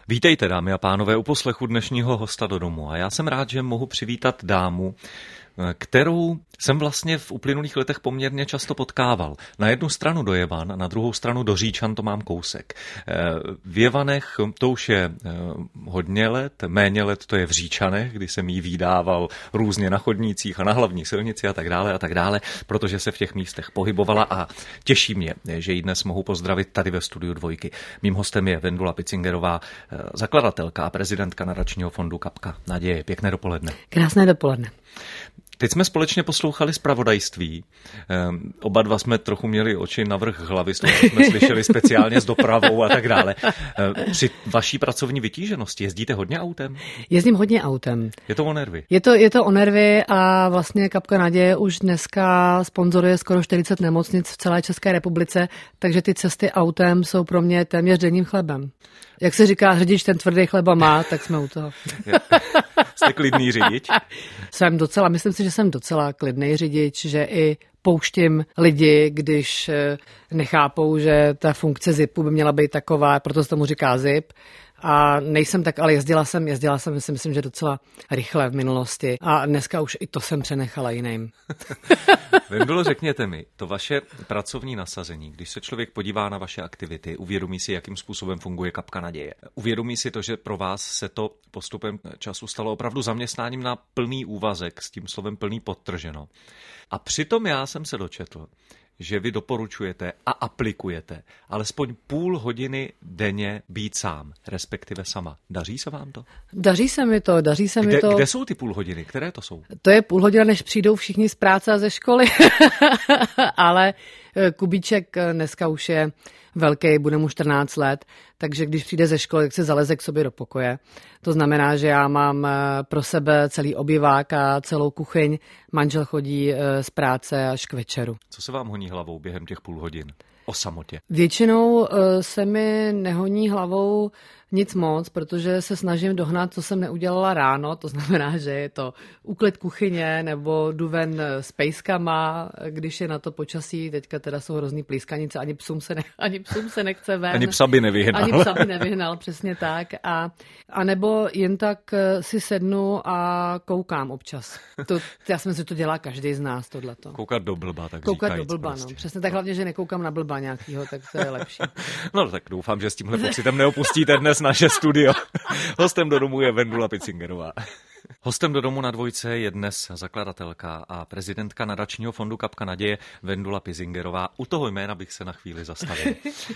Vítejte, dámy a pánové, u poslechu dnešního hosta do domu. A já jsem rád, že mohu přivítat dámu, kterou jsem vlastně v uplynulých letech poměrně často potkával. Na jednu stranu do Jevan a na druhou stranu do Říčan to mám kousek. V Jevanech to už je hodně let, méně let to je v Říčanech, kdy jsem jí vídával různě na chodnících a na hlavní silnici a tak dále, protože se v těch místech pohybovala a těší mě, že ji dnes mohu pozdravit tady ve studiu Dvojky. Mým hostem je Vendula Picingerová, zakladatelka a prezidentka nadačního fondu Kapka naděje. Pěkné dopoledne. Krásné dopoledne. Teď jsme společně poslouchali zpravodajství. Oba dva jsme trochu měli oči navrch hlavy, z toho jsme slyšeli speciálně s dopravou a tak dále. Při vaší pracovní vytíženosti jezdíte hodně autem? Jezdím hodně autem. Je to o nervy? Je to o nervy a vlastně Kapka naděje už dneska sponzoruje skoro 40 nemocnic v celé České republice, takže ty cesty autem jsou pro mě téměř denním chlebem. Jak se říká, řidič ten tvrdý chleba má, tak jsme u toho. Jste klidný řidič? Myslím si, že jsem docela klidný řidič, že i pouštím lidi, když nechápou, že ta funkce zipu by měla být taková, proto se tomu říká zip. A nejsem tak, ale jezdila jsem, myslím, že docela rychle v minulosti. A dneska už i to jsem přenechala jiným. Vendulo, řekněte mi, to vaše pracovní nasazení, když se člověk podívá na vaše aktivity, uvědomí si, jakým způsobem funguje Kapka naděje. Uvědomí si to, že pro vás se to postupem času stalo opravdu zaměstnáním na plný úvazek, s tím slovem plný podtrženo. A přitom já jsem se dočetl, že vy doporučujete a aplikujete alespoň půl hodiny denně být sám, respektive sama. Daří se vám to? Daří se mi to. Kde jsou ty půl hodiny? Které to jsou? To je půl hodina, než přijdou všichni z práce a ze školy. Ale Kubíček dneska už je velký, bude mu 14 let, takže když přijde ze školy, tak se zaleze k sobě do pokoje. To znamená, že já mám pro sebe celý obývák a celou kuchyň. Manžel chodí z práce až k večeru. Co se vám honí hlavou během těch půl hodin? O samotě. Většinou se mi nehoní hlavou nic moc, protože se snažím dohnat, co jsem neudělala ráno, to znamená, že je to úklid kuchyně, nebo jdu ven s pejskama, když je na to počasí, teďka teda jsou hrozný plískanice, ani psům se nechce ven. Ani psa by nevyhnal, přesně tak. A nebo jen tak si sednu a koukám občas. Já si myslím, že to dělá každý z nás, tohleto. Koukat do blba, tak koukat říkajíc. Do blba, prostě. no. Přesně tak, hlavně, že nekoukám na blba nějakýho, tak to je lepší. No tak doufám, že s tímhle pocitem neopustíte dnes naše studio. Hostem do domu je Vendula Picingerová. Hostem do domu na Dvojce je dnes zakladatelka a prezidentka nadačního fondu Kapka naděje Vendula Picingerová. U toho jména bych se na chvíli zastavil.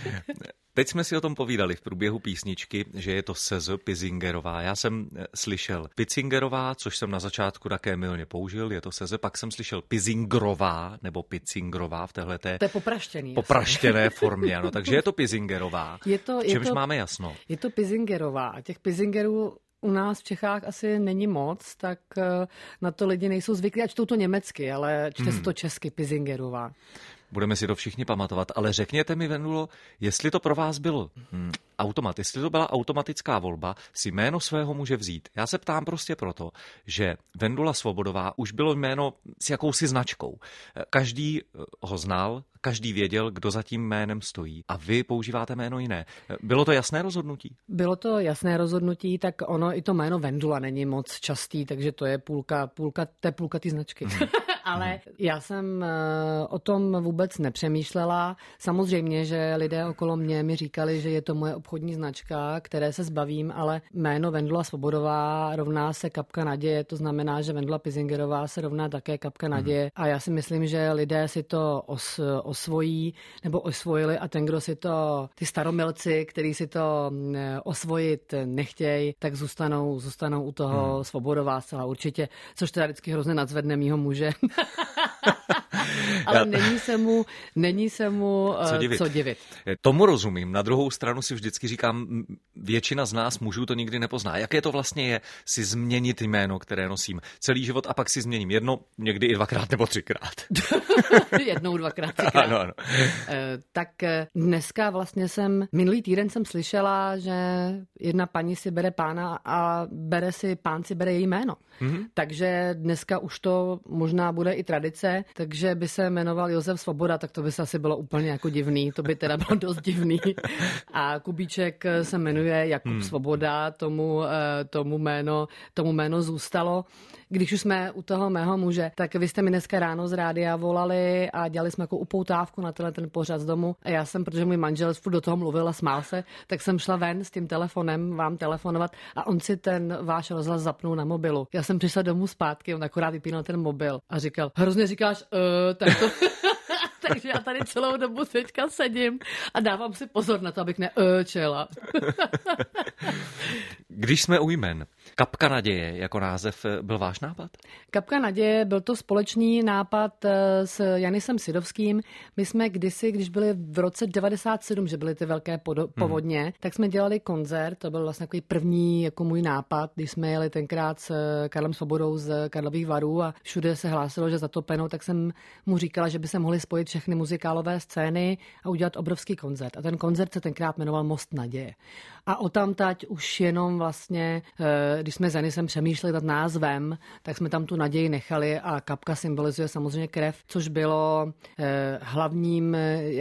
Teď jsme si o tom povídali v průběhu písničky, že je to SZ Picingerová. Já jsem slyšel Picingerová, což jsem na začátku také mylně použil, je to SZ, pak jsem slyšel Pizingerová nebo Picingrová v téhleté to je popraštěné formě. Ano, takže je to Picingerová. Čemž máme jasno. Je to Picingerová a těch Pizingerů u nás v Čechách asi není moc, tak na to lidi nejsou zvyklí a čtou to německy, ale čte se to česky Picingerová. Budeme si to všichni pamatovat, ale řekněte mi, Vendulo, jestli to pro vás bylo jestli to byla automatická volba si jméno svého muže vzít. Já se ptám prostě proto, že Vendula Svobodová už bylo jméno s jakousi značkou. Každý ho znal, každý věděl, kdo za tím jménem stojí. A vy používáte jméno jiné. Bylo to jasné rozhodnutí? Bylo to jasné rozhodnutí, tak ono i to jméno Vendula není moc častý, takže to je půlka té značky. Ale já jsem o tom vůbec nepřemýšlela. Samozřejmě, že lidé okolo mě mi říkali, že je to moje obchodní značka, které se zbavím, ale jméno Vendula Svobodová rovná se Kapka naděje, to znamená, že Vendula Picingerová se rovná také Kapka naděje. A já si myslím, že lidé si to osvojí nebo osvojili a ten, kdo si to, ty staromilci, kteří si to osvojit nechtějí, tak zůstanou u toho Svobodová zcela určitě, což teda vždycky hrozně nadzvedne mýho muže. Ale není se mu co divit. Tomu rozumím. Na druhou stranu si vždycky říkám, většina z nás mužů to nikdy nepozná. Jaké to vlastně je si změnit jméno, které nosím celý život a pak si změním jedno, někdy i 2krát nebo 3krát. Jednou, 2krát, 3krát. Ano. Tak dneska vlastně minulý týden jsem slyšela, že jedna paní si bere pána a pán si bere její jméno. Mm-hmm. Takže dneska už to možná bude i tradice, takže by se jmenoval Josef Svoboda, tak to by se asi bylo úplně jako divný, to by teda bylo dost divný. A Kubíček se jmenuje Jakub Svoboda, tomu jméno zůstalo. Když už jsme u toho mého muže, tak vy jste mi dneska ráno z rádia volali a dělali jsme jako upoutávku na ten pořad z domu. A já jsem, protože můj manžel furt do toho mluvil a smál se, tak jsem šla ven s tím telefonem vám telefonovat a on si ten váš rozhlas zapnul na mobilu. Já jsem přišla domů zpátky, on akorát vypínal ten mobil a říkal, hrozně říkáš, tak to... Takže já tady celou dobu teďka sedím a dávám si pozor na to, abych nečela. Když jsme u jmen, Kapka naděje jako název byl váš nápad? Kapka naděje byl to společný nápad s Janisem Sidovským. My jsme kdysi, když byli v roce 97, že byly ty velké povodně, tak jsme dělali koncert, to byl vlastně takový první jako můj nápad, když jsme jeli tenkrát s Karlem Svobodou z Karlových Varů a všude se hlásilo, že zatopenou, tak jsem mu říkala, že by se mohli spojit všechny muzikálové scény a udělat obrovský koncert. A ten koncert se tenkrát jmenoval Most naděje. A odtamtať už jenom vlastně, když jsme s Janisem přemýšleli nad názvem, tak jsme tam tu naději nechali a kapka symbolizuje samozřejmě krev, což bylo hlavním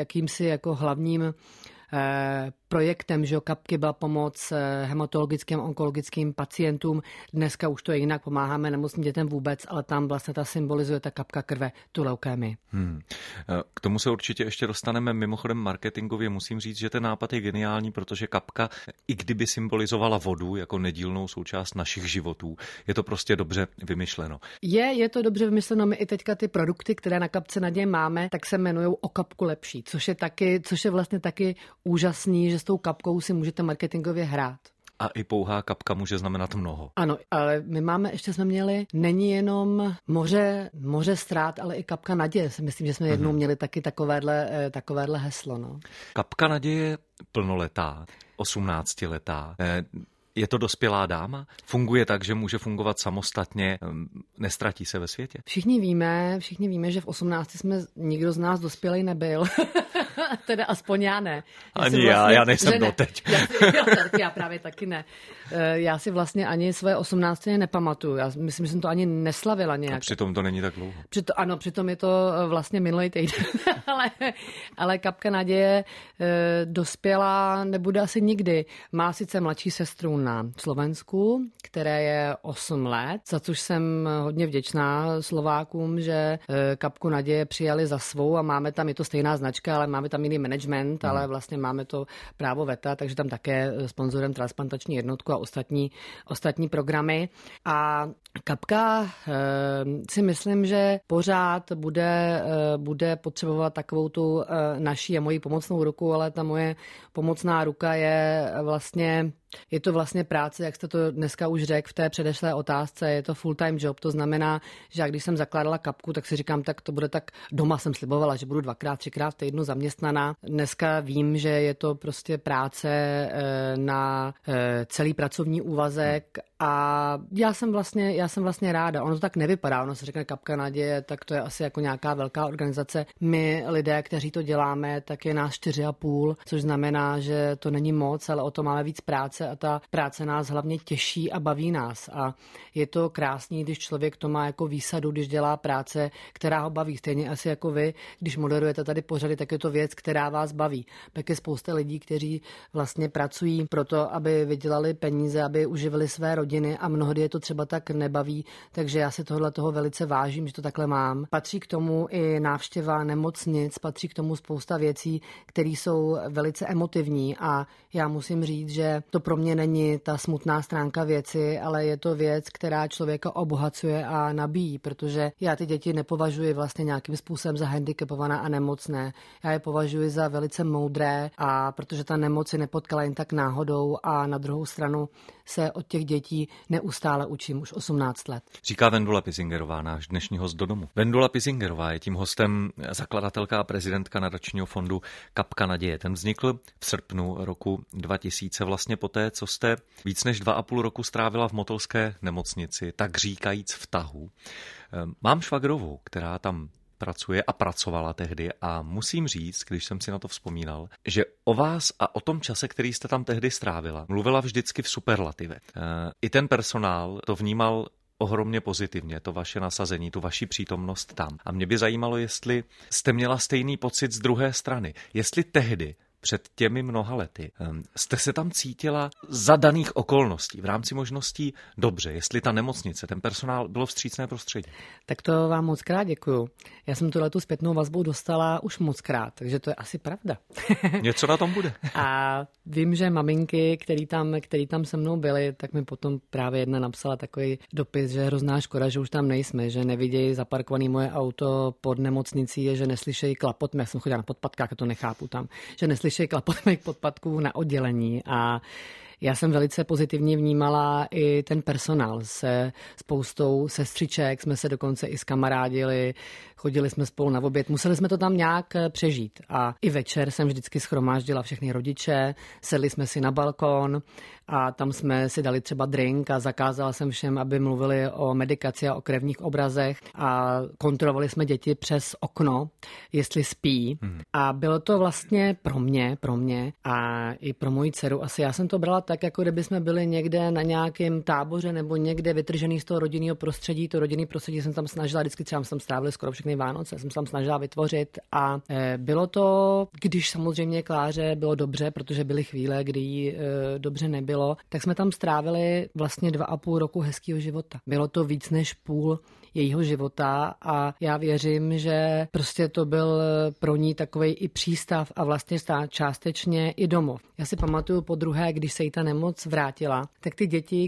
projektem, že kapky byla pomoc hematologickým, onkologickým pacientům. Dneska už to je jinak, pomáháme nemocným dětem vůbec, ale tam vlastně ta symbolizuje ta kapka krve, tu leukémii. K tomu se určitě ještě dostaneme. Mimochodem marketingově musím říct, že ten nápad je geniální, protože kapka, i kdyby symbolizovala vodu jako nedílnou součást našich životů, je to prostě dobře vymyšleno. Je to dobře vymyšleno. My i teďka ty produkty, které na kapce naděje máme, tak se jmenují O kapku lepší, což je vlastně taky úžasný, že s tou kapkou si můžete marketingově hrát. A i pouhá kapka může znamenat mnoho. Ano, ale ještě jsme měli, není jenom moře ztrát, ale i kapka naděje. Myslím, že jsme jednou měli taky takovéhle heslo. No. Kapka naděje plnoletá, 18letá. Je to dospělá dáma? Funguje tak, že může fungovat samostatně, nestratí se ve světě? Všichni víme, že v 18 jsme nikdo z nás dospělej nebyl. Teda aspoň já ne. Ani já nejsem doteď. Já právě taky ne. Já si vlastně ani svoje 18 nepamatuju. Já myslím, že jsem to ani neslavila nějak. A přitom to není tak dlouho. Přitom je to vlastně minulý týden. ale kapka naděje dospělá nebude asi nikdy. Má sice mladší sestru na Slovensku, které je 8 let, za což jsem hodně vděčná Slovákům, že kapku naděje přijali za svou a máme tam, je to stejná značka, ale máme tam jiný management, ale vlastně máme to právo veta, takže tam také sponzorem transplantační jednotku a ostatní programy. A kapka si myslím, že pořád bude potřebovat takovou tu naší a moji pomocnou ruku, ale ta moje pomocná ruka je to vlastně práce, jak jste to dneska už řekl v té předešlé otázce, je to full-time job, to znamená, že když jsem zakládala kapku, tak si říkám, tak to bude tak, doma jsem slibovala, že budu 2x, 3x v týdnu zaměstnaná. Dneska vím, že je to prostě práce na celý pracovní úvazek a já jsem vlastně ráda. Ono to tak nevypadá, ono se řekne kapka naděje, tak to je asi jako nějaká velká organizace. My lidé, kteří to děláme, tak je nás 4,5, což znamená, že to není moc, ale o to máme víc práce a ta práce nás hlavně těší a baví nás. A je to krásný, když člověk to má jako výsadu, když dělá práce, která ho baví. Stejně asi jako vy, když moderujete tady pořady, tak je to věc, která vás baví. Tak je spousta lidí, kteří vlastně pracují pro to, aby vydělali peníze, aby uživili své rodiny a mnohdy je to třeba tak nebaví, takže já si toho velice vážím, že to takhle mám. Patří k tomu i návštěva nemocnic, patří k tomu spousta věcí, které jsou velice emotivní a já musím říct, že to pro mě není ta smutná stránka věci, ale je to věc, která člověka obohacuje a nabíjí, protože já ty děti nepovažuji vlastně nějakým způsobem za handicapované a nemocné. Já je považuji za velice moudré a protože ta nemoc je nepotkala jen tak náhodou a na druhou stranu se od těch dětí neustále učím už 18 let. Říká Vendula Pizingerová, náš dnešní host do domu. Vendula Pizingerová je tím hostem, zakladatelka a prezidentka nadačního fondu Kapka naděje. Ten vznikl v srpnu roku 2000, vlastně poté, co jste víc než 2,5 roku strávila v motolské nemocnici, tak říkajíc v tahu. Mám švagrovou, která tam pracuje a pracovala tehdy a musím říct, když jsem si na to vzpomínal, že o vás a o tom čase, který jste tam tehdy strávila, mluvila vždycky v superlativech. I ten personál to vnímal ohromně pozitivně, to vaše nasazení, tu vaši přítomnost tam. A mě by zajímalo, jestli jste měla stejný pocit z druhé strany. Jestli tehdy před těmi mnoha lety. Jste se tam cítila za daných okolností, v rámci možností dobře, jestli ta nemocnice, ten personál bylo vstřícné prostředí? Tak to vám moc krát děkuju. Já jsem tuhletu zpětnou vazbu dostala už moc krát, takže to je asi pravda. Něco na tom bude. A vím, že maminky, který tam se mnou byly, tak mi potom právě jedna napsala takový dopis, že je hrozná škoda, že už tam nejsme, že nevidějí zaparkovaný moje auto pod nemocnicí, že neslyšejí klapot, já jsem chodila na podpatkách, to nechápu tam, že neslyšejí klapot mých podpatků na oddělení a já jsem velice pozitivně vnímala i ten personál. Se spoustou sestřiček jsme se dokonce i zkamarádili, chodili jsme spolu na oběd, museli jsme to tam nějak přežít. A i večer jsem vždycky shromáždila všechny rodiče, sedli jsme si na balkon a tam jsme si dali třeba drink a zakázala jsem všem, aby mluvili o medikaci a o krevních obrazech a kontrolovali jsme děti přes okno, jestli spí. A bylo to vlastně pro mě a i pro moji dceru. Asi já jsem to brala tak, jako kdyby jsme byli někde na nějakém táboře nebo někde vytržený z toho rodinného prostředí. To rodinné prostředí jsem tam snažila, vždycky třeba jsem strávili skoro všechny Vánoce, jsem tam snažila vytvořit a bylo to, když samozřejmě Kláře bylo dobře, protože byly chvíle, kdy jí dobře nebylo, tak jsme tam strávili vlastně 2,5 roku hezkého života. Bylo to víc než půl jejího života a já věřím, že prostě to byl pro ní takovej i přístav a vlastně částečně i domov. Já si pamatuju podruhé, když se jí ta nemoc vrátila, tak ty děti,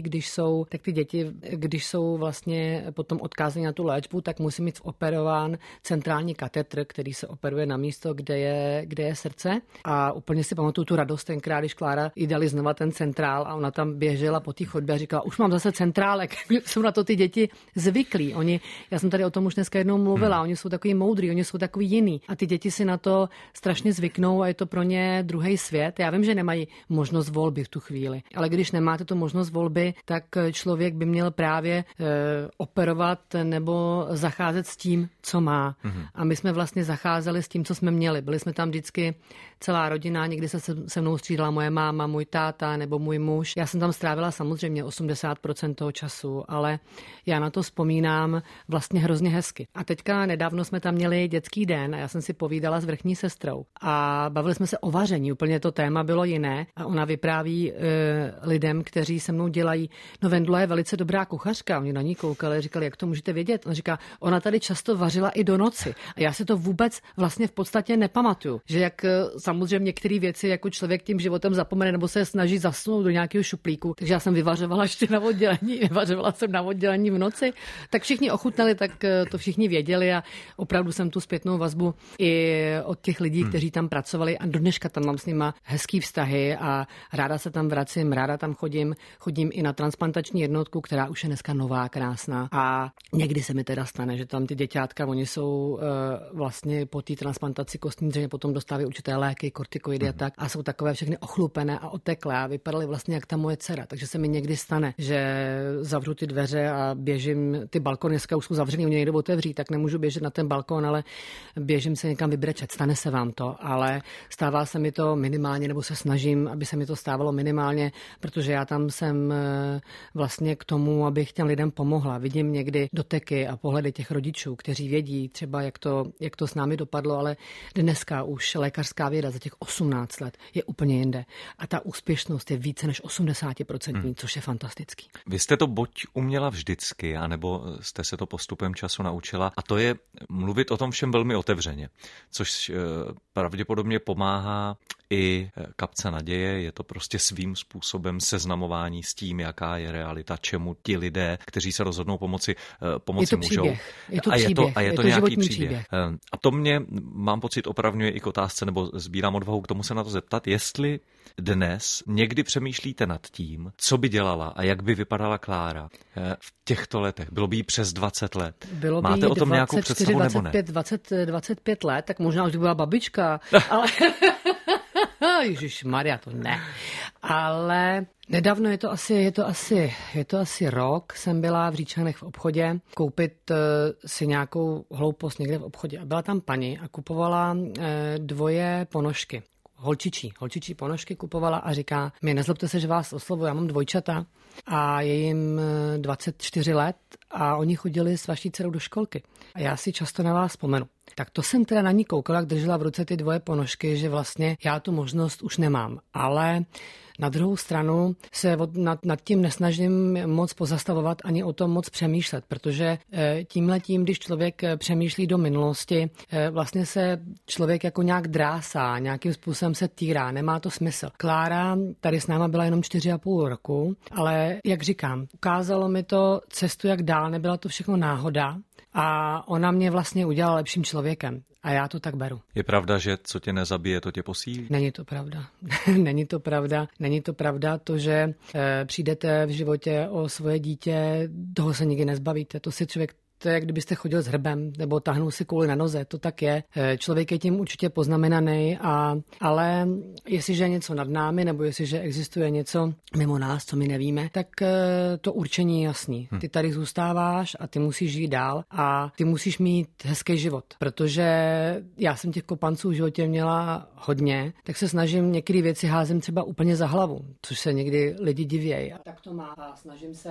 když jsou vlastně potom odkázaní na tu léčbu, tak musí mít operován centrální katetr, který se operuje na místo, kde je srdce. A úplně si pamatuju tu radost tenkrát, když Klára jí dali znova ten centrál a ona tam běžela po té chodbě a říkala, už mám zase centrálek. Jsou na to ty děti zvyklí. Já jsem tady o tom už dneska jednou mluvila, oni jsou takový moudrý, oni jsou takový jiný a ty děti si na to strašně zvyknou a je to pro ně druhý svět. Já vím, že nemají možnost volby v tu chvíli, ale když nemáte tu možnost volby, tak člověk by měl právě operovat nebo zacházet s tím, co má. A my jsme vlastně zacházeli s tím, co jsme měli. Byli jsme tam vždycky celá rodina, někdy se mnou střídala moje máma, můj táta nebo můj muž. Já jsem tam strávila samozřejmě 80% toho času, ale já na to vzpomínám vlastně hrozně hezky. A teďka nedávno jsme tam měli dětský den a já jsem si povídala s vrchní sestrou a bavili jsme se o vaření, úplně to téma bylo jiné a ona vypráví lidem, kteří se mnou dělají, no Vendula je velice dobrá kuchařka, oni na ní koukali, říkali, jak to můžete vědět? Ona říká, ona tady často vařila i do noci a já si to vůbec vlastně v podstatě nepamatuju, že jak samozřejmě některé věci jako člověk tím životem zapomene nebo se snaží zasunout do nějakého šuplíku, takže já jsem vyvařovala ještě vyvařovala jsem na oddělení v noci, tak všichni ochutnali, tak to všichni věděli a opravdu jsem tu zpětnou vazbu i od těch lidí, kteří tam pracovali a do dneška tam mám s nima hezký vztahy a ráda se tam vracím, ráda tam chodím i na transplantační jednotku, která už je dneska nová, krásná a někdy se mi teda stane, že tam ty děťátka, oni jsou vlastně po té transplantaci kostní dřeně potom dostávají určité léky, kortikoidy a tak a jsou takové všechny ochlupené a oteklé a vypadaly vlastně jak ta moje dcera, takže se mi někdy stane, že zavřu ty dveře a běžím, ty balkony dneska už jsou zavřený, mě někdo otevří, tak nemůžu běžet na ten balkon, ale běžím se někam vybrečet, stane se vám to, ale stává se mi to minimálně, nebo se snažím, aby se mi to stávalo minimálně, protože já tam jsem vlastně k tomu, abych těm lidem pomohla. Vidím někdy doteky a pohledy těch rodičů, kteří vědí třeba, jak to s námi dopadlo, ale dneska už lékařská věda za těch 18 let je úplně jinde. A ta úspěšnost je více než 80%, což je fantastický. Vy jste to buď uměla vždycky, anebo jste se to postupem času naučila a to je mluvit o tom všem velmi otevřeně, což pravděpodobně pomáhá i kapce naděje, je to prostě svým způsobem seznamování s tím, jaká je realita, čemu ti lidé, kteří se rozhodnou pomoci můžou. Je to příběh. A je to nějaký příběh. A to mě, mám pocit, opravňuje i k otázce, nebo sbírám odvahu k tomu se na to zeptat, jestli dnes někdy přemýšlíte nad tím, co by dělala a jak by vypadala Klára v těchto letech. Bylo by jí přes 20 let. Máte o tom nějakou představu nebo ne? 25 let, tak možná už byla babička, ale Ježišmarja, to ne. Ale nedávno je to asi rok, jsem byla v Říčanech v obchodě koupit si nějakou hloupost někde v obchodě. A byla tam paní a kupovala 2 ponožky. Holčičí ponožky kupovala a říká, nezlobte se, že vás oslovuji, já mám dvojčata a je jim 24 let a oni chodili s vaší dcerou do školky. A já si často na vás vzpomenu. Tak to jsem teda na ní koukala, jak držela v ruce ty dvoje ponožky, že vlastně já tu možnost už nemám. Ale na druhou stranu se nad tím nesnažím moc pozastavovat ani o tom moc přemýšlet, protože tímhletím, když člověk přemýšlí do minulosti, vlastně se člověk jako nějak drásá, nějakým způsobem se týrá, nemá to smysl. Klára tady s náma byla jenom 4,5 roku, ale jak říkám, ukázalo mi to cestu jak dál, nebyla to všechno náhoda a ona mě vlastně udělala lepším člověkem. A já to tak beru. Je pravda, že co tě nezabije, to tě posílí? Není to pravda. Není to pravda. Není to pravda to, že přijdete v životě o svoje dítě, toho se nikdy nezbavíte. To si člověk, to je, jak kdybyste chodil s hrbem nebo tahnul si kouli na noze, to tak je. Člověk je tím určitě poznamenaný, ale jestliže je něco nad námi nebo jestliže existuje něco mimo nás, co my nevíme, tak to určení je jasný. Ty tady zůstáváš a ty musíš žít dál a ty musíš mít hezký život, protože já jsem těch kopanců v životě měla hodně, tak se snažím některé věci házím třeba úplně za hlavu, což se někdy lidi divějí. Tak to má a snažím se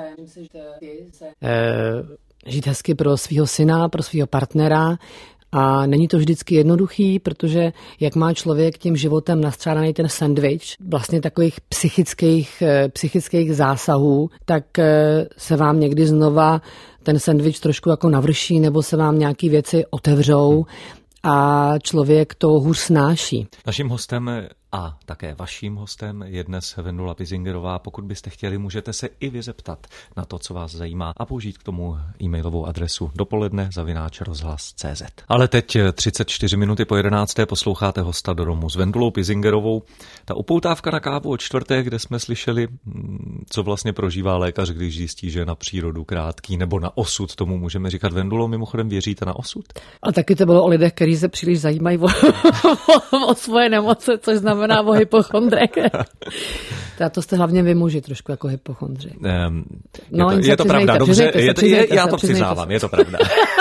žít hezky pro svého syna, pro svého partnera a není to vždycky jednoduchý, protože jak má člověk tím životem nastřádaný ten sandwich, vlastně takových psychických zásahů, tak se vám někdy znova ten sandwich trošku jako navrší nebo se vám nějaký věci otevřou a člověk to hůř snáší. Naším hostem a také vaším hostem je dnes Vendula Pizingerová. Pokud byste chtěli, můžete se i vy zeptat na to, co vás zajímá a použít k tomu e-mailovou adresu dopoledne@rozhlas.cz. Ale teď 34 minuty po 11. posloucháte Hosta do domu s Vendulou Pizingerovou. Ta upoutávka na kávu od čtvrté, kde jsme slyšeli, co vlastně prožívá lékař, když zjistí, že je na přírodu krátký, nebo na osud, tomu můžeme říkat. Vendulo, mimochodem věříte na osud? A taky to bylo o lidech, kteří se příliš zajímají o svoje nemoce, což znamená o hypochondrech. To jste hlavně vy muži trošku jako hypochondři. Je to pravda, dobře, já to přiznávám, je to pravda.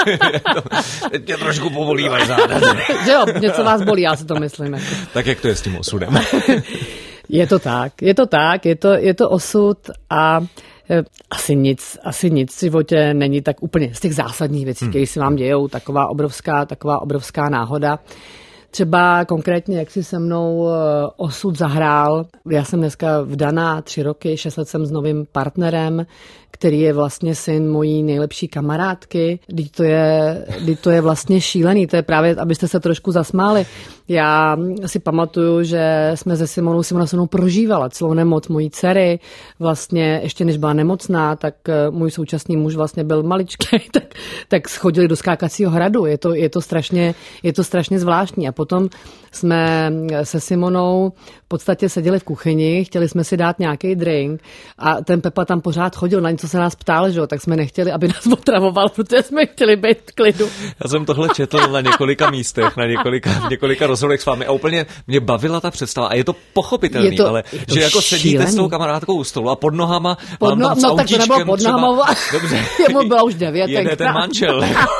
Mě trošku povolívají záda. Že jo, něco vás bolí, já si to myslím. Jako. Tak jak to je s tím osudem? Je to osud a asi nic v životě není tak úplně z těch zásadních věcí, které se vám dějou, taková obrovská náhoda. Třeba konkrétně, jak si se mnou osud zahrál. Já jsem dneska vdaná 3 roky, 6 let jsem s novým partnerem, který je vlastně syn mojí nejlepší kamarádky. Teď to je vlastně šílený, to je právě, abyste se trošku zasmáli. Já si pamatuju, že jsme se Simonou prožívala celou nemoc mojí dcery. Vlastně ještě než byla nemocná, tak můj současný muž vlastně byl maličký, tak schodili do skákacího hradu. Je to strašně zvláštní. A potom jsme se Simonou v podstatě seděli v kuchyni, chtěli jsme si dát nějaký drink a ten Pepa tam pořád chodil, na něco se nás ptal, že jo, tak jsme nechtěli, aby nás otravoval, protože jsme chtěli být v klidu. Já jsem tohle četl na několika místech, na několika rozhovorech s vámi a úplně mě bavila ta představa a je to pochopitelný, ale že jako sedíte s tou kamarádkou u stolu a pod nohama vám tam s autíčkem tak to nebylo pod nohama, jemu bylo už 9. Jede ten manžel.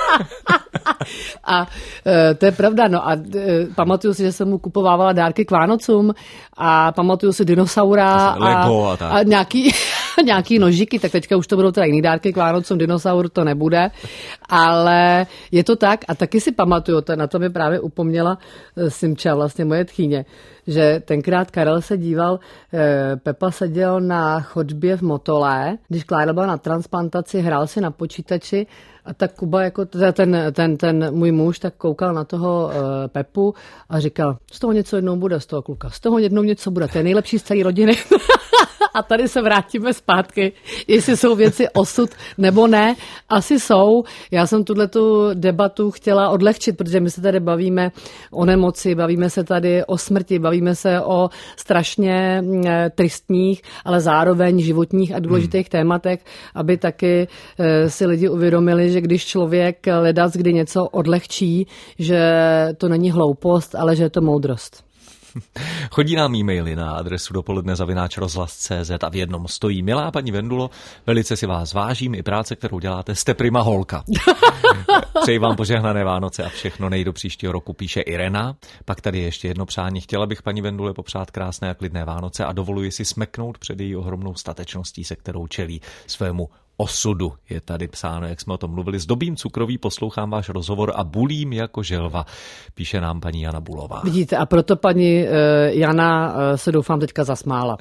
A to je pravda, no a pamatuju si, že jsem mu kupovávala dárky k Vánocům a pamatuju si dinosaura a nějaký nožiky, tak teďka už to budou teda jiný dárky k Vánocům, dinosaur to nebude, ale je to tak a taky si pamatuju, na to mi právě upomněla Simča, vlastně moje tchýně, že tenkrát Karel se díval, Pepa seděl na chodbě v Motole, když Klára byla na transplantaci, hrál si na počítači a tak Kuba, jako ten můj muž, tak koukal na toho Pepu a říkal, z toho něco jednou bude, z toho kluka, z toho jednou něco bude, to je nejlepší z celé rodiny. A tady se vrátíme zpátky, jestli jsou věci osud nebo ne. Asi jsou. Já jsem tuhletu debatu chtěla odlehčit, protože my se tady bavíme o nemoci, bavíme se tady o smrti, bavíme se o strašně tristních, ale zároveň životních a důležitých tématech, aby taky si lidi uvědomili, že když člověk ledac, kdy něco odlehčí, že to není hloupost, ale že je to moudrost. Chodí nám e-maily na adresu dopoledne@rozhlas.cz a v jednom stojí: milá paní Vendulo, velice si vás vážím i práce, kterou děláte, jste prima holka. Přeji vám požehnané Vánoce a všechno nejdo příštího roku, píše Irena. Pak tady ještě jedno přání. Chtěla bych paní Vendule popřát krásné a klidné Vánoce a dovoluji si smeknout před její ohromnou statečností, se kterou čelí svému osudu. Je tady psáno, jak jsme o tom mluvili. Zdobím cukroví, poslouchám váš rozhovor a bulím jako želva, píše nám paní Jana Bulová. Vidíte, a proto paní Jana se doufám teďka zasmála.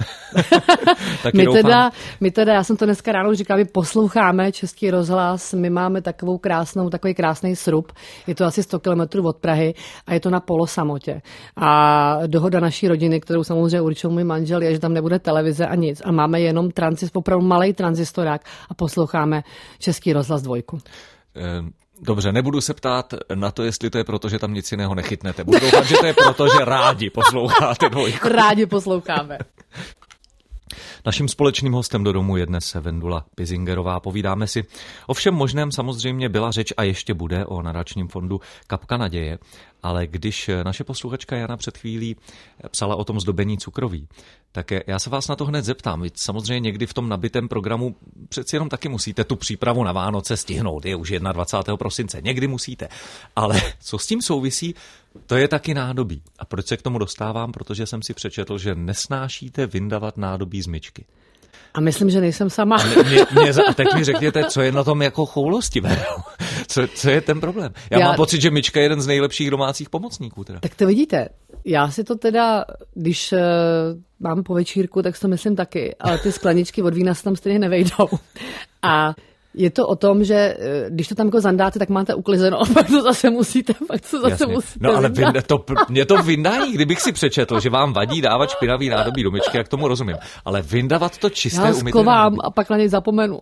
my teda, já jsem to dneska ráno říkala, my posloucháme Český rozhlas, my máme takový krásný srub, je to asi 100 kilometrů od Prahy a je to na polosamotě. A dohoda naší rodiny, kterou samozřejmě určil můj manžel, je, že tam nebude televize a nic. A máme jenom opravdu malej tranzistorák a posloucháme Český rozhlas 2. Dobře, nebudu se ptát na to, jestli to je proto, že tam nic jiného nechytnete. Budu doufat, že to je proto, že rádi posloucháte 2. Rádi posloucháme. Naším společným hostem do domu je dnes Vendula Pizingerová. Povídáme si o všem možném, samozřejmě byla řeč a ještě bude o nadačním fondu Kapka naděje, ale když naše posluchačka Jana před chvílí psala o tom zdobení cukroví, tak já se vás na to hned zeptám. Vy samozřejmě někdy v tom nabitém programu přeci jenom taky musíte tu přípravu na Vánoce stihnout. Je už 21. prosince, někdy musíte. Ale co s tím souvisí, to je taky nádobí. A proč se k tomu dostávám? Protože jsem si přečetl, že nesnášíte vyndavat nádobí z myčky. A myslím, že nejsem sama. A teď mi řekněte, co je na tom jako choulostivé. Co je ten problém? Já mám pocit, že myčka je jeden z nejlepších domácích pomocníků. Teda. Tak to vidíte. Já si to teda, když mám po večírku, tak si to myslím taky, ale ty skleničky od vína se tam stejně nevejdou. A je to o tom, že když to tam jako zandáte, tak máte uklizeno a pak to zase musíte. No ale mě to vyndají, kdybych si přečetl, že vám vadí dávat špinavý nádobí do myčky, jak tomu rozumím. Ale vyndavat to čisté umyté nádobí. Já skovám a pak na něj zapomenu.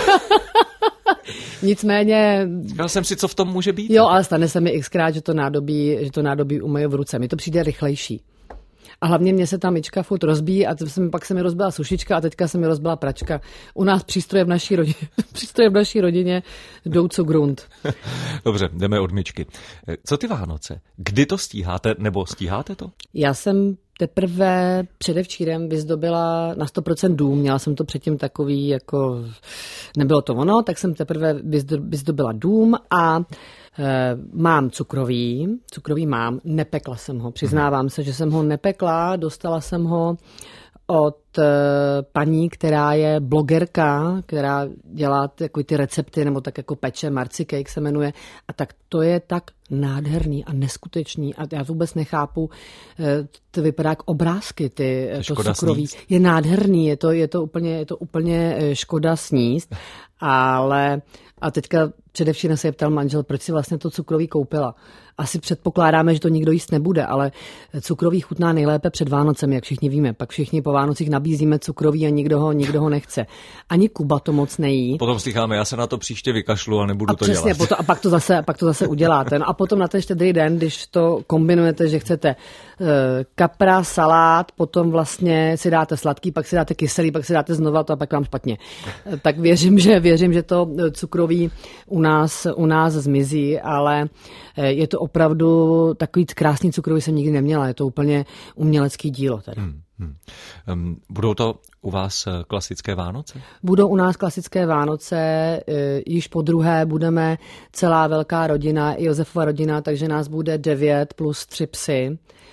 Nicméně... Říkal jsem si, co v tom může být. Jo, ale stane se mi xkrát, že to nádobí umyju v ruce. Mi to přijde rychlejší. A hlavně mě se ta myčka furt rozbíjí a pak se mi rozbila sušička a teďka se mi rozbila pračka. U nás přístroje v naší rodině jdou co grunt. Dobře, jdeme od myčky. Co ty Vánoce? Kdy to stíháte, nebo stíháte to? Já jsem teprve předevčírem vyzdobila na 100% dům. Měla jsem to předtím takový, jako nebylo to ono, tak jsem teprve vyzdobila dům a mám cukroví mám, nepekla jsem ho. Přiznávám se, že jsem ho nepekla, dostala jsem ho od paní, která je blogerka, která dělá takový ty recepty, nebo tak jako peče, Marci Cake se jmenuje, a tak to je tak nádherný a neskutečný a já vůbec nechápu, to vypadá jak obrázky, to cukroví. Je nádherný, je to úplně škoda sníst, ale a teďka především se ptal manžel, proč si vlastně to cukroví koupila. Asi předpokládáme, že to nikdo jíst nebude, ale cukroví chutná nejlépe před Vánocem, jak všichni víme. Pak všichni po Vánocích nabízíme cukroví a nikdo ho nechce. Ani Kuba to moc nejí. Potom slycháme, já se na to příště vykašlu a nebudu to dělat. Přesně, a pak to zase uděláte. No a potom na ten Štědrý den, když to kombinujete, že chcete kapra, salát, potom vlastně si dáte sladký, pak si dáte kyselý, pak si dáte znova to a pak vám špatně. Tak věřím, že to cukroví u nás zmizí, ale je to opravdu takový krásný cukroví jsem nikdy neměla. Je to úplně umělecký dílo. Teda. Budou to u vás klasické Vánoce? Budou u nás klasické Vánoce. Již po druhé budeme celá velká rodina, i Josefova rodina, takže nás bude 9 plus 3 psy.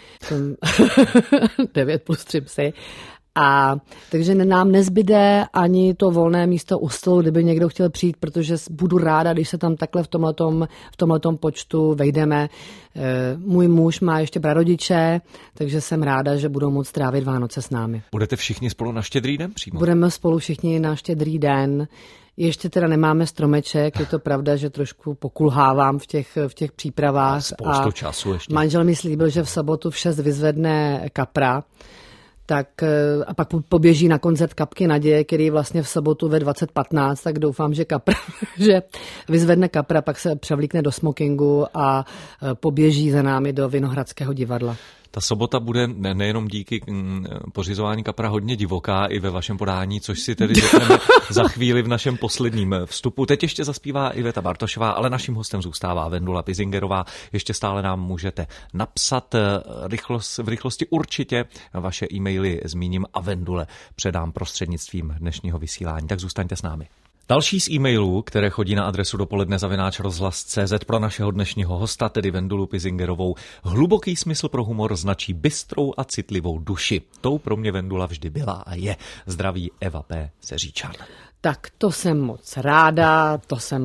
9 plus 3 psy. A takže nám nezbyde ani to volné místo u stolu, kdyby někdo chtěl přijít, protože budu ráda, když se tam takhle v tomhletom počtu vejdeme. Můj muž má ještě prarodiče, takže jsem ráda, že budou moct trávit Vánoce s námi. Budete všichni spolu na Štědrý den přímo? Budeme spolu všichni na Štědrý den. Ještě teda nemáme stromeček, je to pravda, že trošku pokulhávám v těch přípravách. Spoustu času ještě. Manžel mi slíbil, že v sobotu v 6 vyzvedne kapra. Tak a pak poběží na koncert Kapky naděje, který vlastně v sobotu ve 20:15, tak doufám, že vyzvedne kapra, pak se převlíkne do smokingu a poběží za námi do Vinohradského divadla. Ta sobota bude nejenom díky pořizování kapra hodně divoká i ve vašem podání, což si tedy řekneme za chvíli v našem posledním vstupu. Teď ještě zaspívá Iveta Bartošová, ale naším hostem zůstává Vendula Pizingerová. Ještě stále nám můžete napsat v rychlosti určitě. Vaše e-maily zmíním a Vendule předám prostřednictvím dnešního vysílání. Tak zůstaňte s námi. Další z e-mailů, které chodí na adresu dopoledne@rozhlas.cz pro našeho dnešního hosta, tedy Vendulu Pizingerovou, hluboký smysl pro humor značí bystrou a citlivou duši. Tou pro mě Vendula vždy byla a je. Zdraví Eva P. Seříčan. Tak to jsem moc ráda.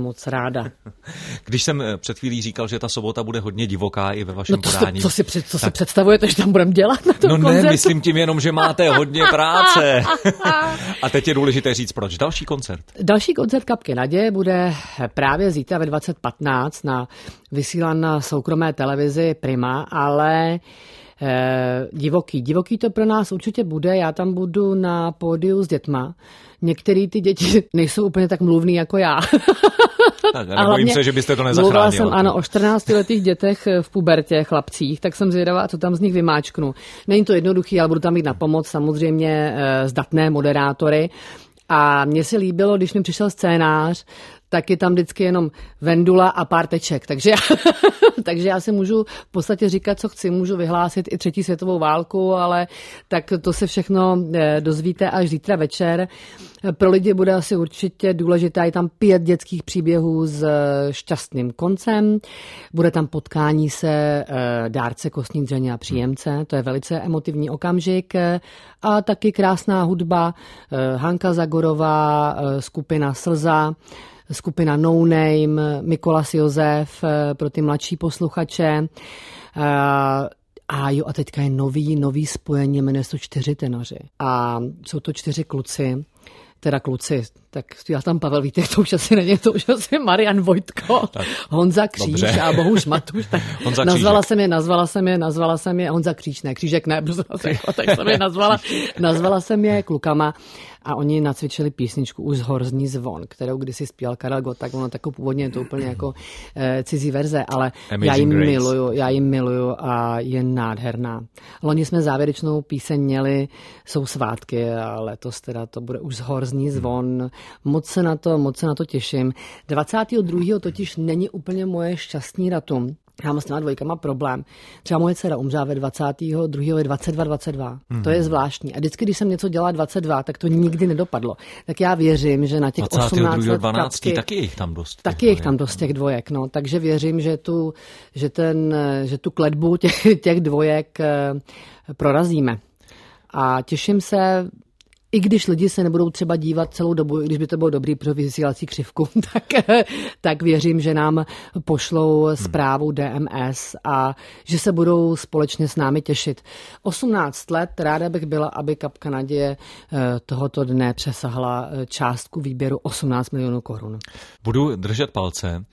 Když jsem před chvílí říkal, že ta sobota bude hodně divoká i ve vašem podání. Co si představujete, že tam budeme dělat na tom koncertu? Ne, myslím tím jenom, že máte hodně práce. A teď je důležité říct, proč. Další koncert. Další koncert Kapky naděje bude právě zítra ve 20:15 vysílán na soukromé televizi Prima, ale divoký to pro nás určitě bude. Já tam budu na pódiu s dětma. Některé ty děti nejsou úplně tak mluvný jako já. Tak, nebojím se, že byste to nezachránila. Mluvila jsem, o 14letých dětech v pubertě, chlapcích, tak jsem zvědavá, co tam z nich vymáčknu. Není to jednoduchý, ale budu tam mít na pomoc samozřejmě zdatné moderátory. A mně se líbilo, když mi přišel scénář, tak je tam vždycky jenom Vendula a pár teček. Takže já si můžu v podstatě říkat, co chci. Můžu vyhlásit i 3. světovou válku, ale tak to se všechno dozvíte až zítra večer. Pro lidi bude asi určitě důležité. Je tam 5 dětských příběhů s šťastným koncem. Bude tam potkání se dárce kostní dřeně a příjemce. To je velice emotivní okamžik. A taky krásná hudba. Hanka Zagorová, skupina Slza, skupina No Name, Mikolas Josef pro ty mladší posluchače. A teďka je nový spojení, jmenuje se to 4 tenoři. A jsou to 4 kluci, tak já tam Pavel Vítek, to už asi není, to už asi Marian Vojtko, tak. Honza Kříž dobře. A Bohuš Matuš. Tak nazvala jsem je Honza Kříž, ne, Křížek ne, tak jsem je nazvala jsem je klukama a oni nacvičili písničku Už hor zní zvon, kterou kdysi zpíval Karel Gott, tak ono tako původně je to úplně jako cizí verze, ale já ji miluju a je nádherná. Loni jsme závěrečnou píseň měli, jsou svátky a letos teda to bude Už hor zní zvon. Moc se na to těším. 22. totiž není úplně moje šťastný datum. Já mám s těma dvojkama problém. Třeba moje dcera umřela ve 22. je 22. To je zvláštní. A vždycky, když jsem něco dělala 22, tak to nikdy nedopadlo. Tak já věřím, že na těch 18 let 12. taky je jich tam dost. Taky je jich tam dost těch dvojek. No. Takže věřím, že tu kletbu těch dvojek prorazíme. A těším se, i když lidi se nebudou třeba dívat celou dobu, i když by to bylo dobrý pro vysílací křivku, tak věřím, že nám pošlou zprávu DMS a že se budou společně s námi těšit. 18 let, ráda bych byla, aby Kapka naděje tohoto dne přesahla částku výběru 18 milionů korun. Budu držet palce.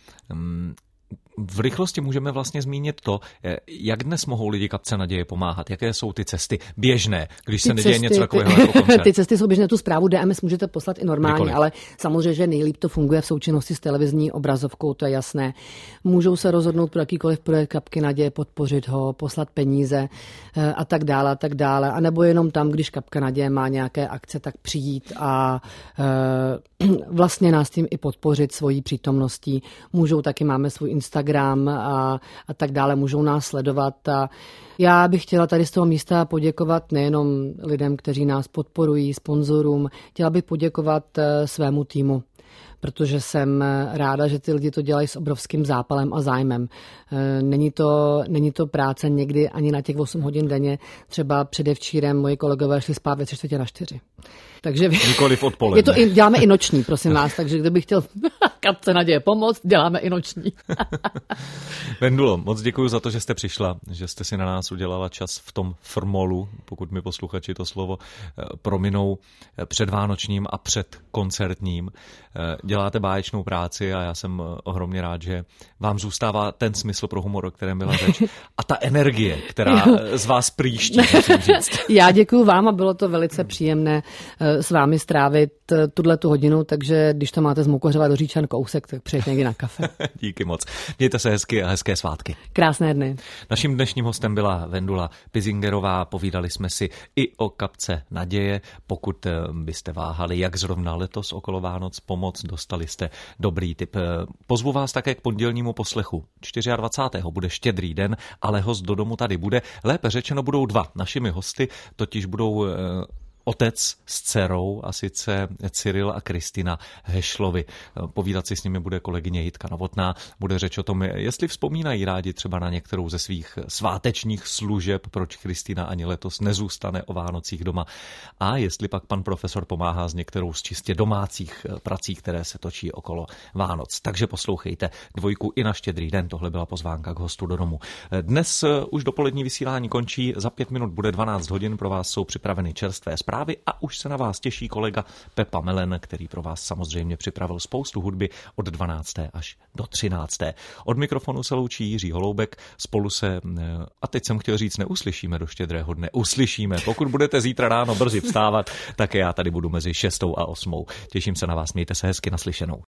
V rychlosti můžeme vlastně zmínit to, jak dnes mohou lidi Kapce naděje pomáhat, jaké jsou ty cesty běžné, když se neděje něco takového jako koncert. Ty cesty jsou běžné, tu zprávu DMS můžete poslat i normálně, ale samozřejmě, že nejlíp to funguje v součinnosti s televizní obrazovkou, to je jasné. Můžou se rozhodnout pro jakýkoliv projekt Kapky naděje, podpořit ho, poslat peníze a tak dále. A nebo jenom tam, když Kapka naděje má nějaké akce, tak přijít a vlastně nás tím i podpořit svojí přítomností. Můžou taky, máme svůj Instagram a tak dále, můžou nás sledovat. A já bych chtěla tady z toho místa poděkovat nejenom lidem, kteří nás podporují, sponzorům, chtěla bych poděkovat svému týmu, protože jsem ráda, že ty lidi to dělají s obrovským zápalem a zájmem. Není to práce někdy ani na těch 8 hodin denně. Třeba předevčírem moji kolegové šli spát ve 3:45. Takže nikoliv odpoledne. Děláme i noční, prosím vás, takže kdybych chtěl Kapce naděje pomoct, děláme i noční. Vendulo, moc děkuji za to, že jste přišla, že jste si na nás udělala čas v tom frmolu, pokud mi posluchači to slovo prominou, předvánočním a předkoncertním. Děláte báječnou práci a já jsem ohromně rád, že vám zůstává ten smysl pro humor, o kterém byla řeč, a ta energie, která z vás prýští, musím říct. Já děkuji vám a bylo to velice příjemné s vámi strávit tu hodinu, takže když to máte z Mukořova do Říčan kousek, tak přijďte někdy na kafe. Díky moc. Mějte se hezky a hezké svátky. Krásné dny. Naším dnešním hostem byla Vendula Pizingerová. Povídali jsme si i o Kapce naděje. Pokud byste váhali, jak zrovna letos okolo Vánoc pomoct, dostali jste dobrý tip. Pozvu vás také k pondělnímu poslechu. 24. bude Štědrý den, ale host do domu tady bude. Lépe řečeno budou 2. Našimi hosty totiž budou otec s dcerou, a sice Cyril a Kristina Hešlovi. Povídat si s nimi bude kolegyně Jitka Novotná. Bude řeč o tom, jestli vzpomínají rádi třeba na některou ze svých svátečních služeb, proč Kristina ani letos nezůstane o Vánocích doma, a jestli pak pan profesor pomáhá s některou z čistě domácích prací, které se točí okolo Vánoc. Takže poslouchejte Dvojku i na Štědrý den. Tohle byla pozvánka k hostu do domu. Dnes už dopolední vysílání končí, za 5 minut bude 12 hodin, pro vás jsou připraveny čerstvé zprávy a už se na vás těší kolega Pepa Melen, který pro vás samozřejmě připravil spoustu hudby od 12. až do 13. Od mikrofonu se loučí Jiří Holoubek, spolu se, a teď jsem chtěl říct, neuslyšíme do Štědrého dne, uslyšíme. Pokud budete zítra ráno brzy vstávat, tak já tady budu mezi 6. a 8. Těším se na vás, mějte se hezky, naslyšenou.